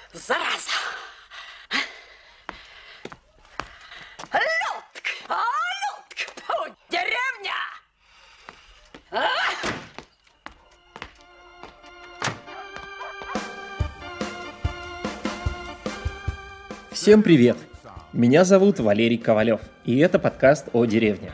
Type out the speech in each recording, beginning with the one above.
Зараза! Людк! Деревня! Всем привет! Меня зовут Валерий Ковалев, и это подкаст о деревне.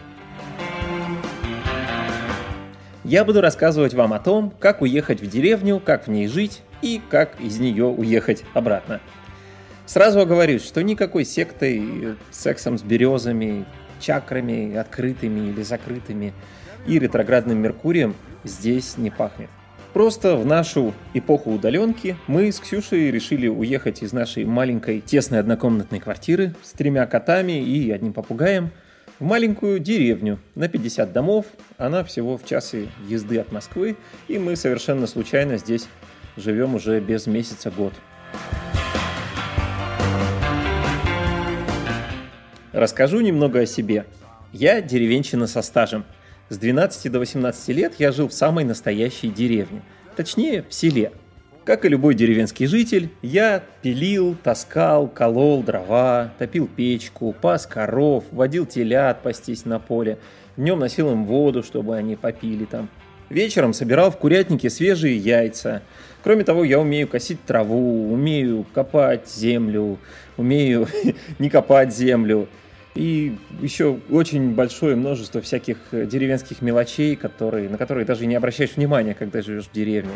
Я буду рассказывать вам о том, как уехать в деревню, как в ней жить и как из нее уехать обратно. Сразу оговорюсь, что никакой сектой, сексом с березами, чакрами, открытыми или закрытыми и ретроградным Меркурием здесь не пахнет. Просто в нашу эпоху удаленки мы с Ксюшей решили уехать из нашей маленькой тесной однокомнатной квартиры с 3 котами и 1 попугаем в маленькую деревню на 50 домов. Она всего в часе езды от Москвы, и мы совершенно случайно здесь живем уже без месяца год. Расскажу немного о себе. Я деревенщина со стажем. С 12 до 18 лет я жил в самой настоящей деревне. Точнее, в селе. Как и любой деревенский житель, я пилил, таскал, колол дрова, топил печку, пас коров, водил телят пастись на поле. Днем носил им воду, чтобы они попили там. Вечером собирал в курятнике свежие яйца. Кроме того, я умею косить траву, умею копать землю, умею не копать землю. И еще очень большое множество всяких деревенских мелочей, на которые даже не обращаешь внимания, когда живешь в деревне.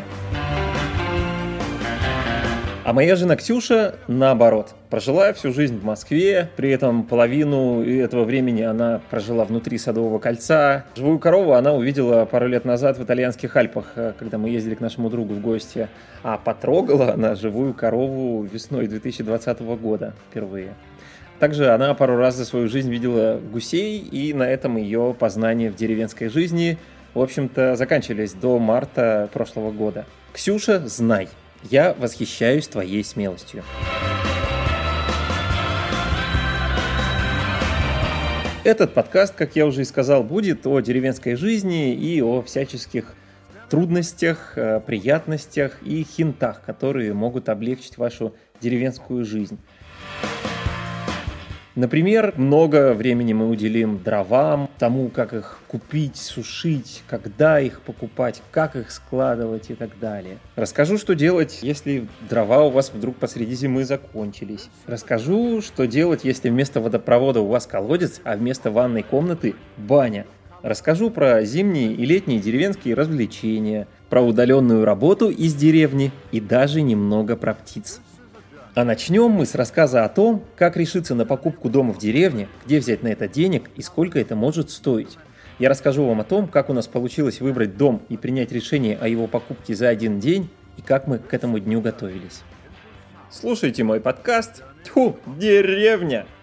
А моя жена Ксюша, наоборот, прожила всю жизнь в Москве, при этом половину этого времени она прожила внутри Садового кольца. Живую корову она увидела пару лет назад в итальянских Альпах, когда мы ездили к нашему другу в гости. А потрогала она живую корову весной 2020 года впервые. Также она пару раз за свою жизнь видела гусей, и на этом ее познания в деревенской жизни, в общем-то, заканчивались до марта прошлого года. Ксюша, знай, я восхищаюсь твоей смелостью. Этот подкаст, как я уже и сказал, будет о деревенской жизни и о всяческих трудностях, приятностях и хинтах, которые могут облегчить вашу деревенскую жизнь. Например, много времени мы уделим дровам, тому, как их купить, сушить, когда их покупать, как их складывать и так далее. Расскажу, что делать, если дрова у вас вдруг посреди зимы закончились. Расскажу, что делать, если вместо водопровода у вас колодец, а вместо ванной комнаты баня. Расскажу про зимние и летние деревенские развлечения, про удаленную работу из деревни и даже немного про птиц. А начнем мы с рассказа о том, как решиться на покупку дома в деревне, где взять на это денег и сколько это может стоить. Я расскажу вам о том, как у нас получилось выбрать дом и принять решение о его покупке за один день, и как мы к этому дню готовились. Слушайте мой подкаст «Тьфу, деревня!»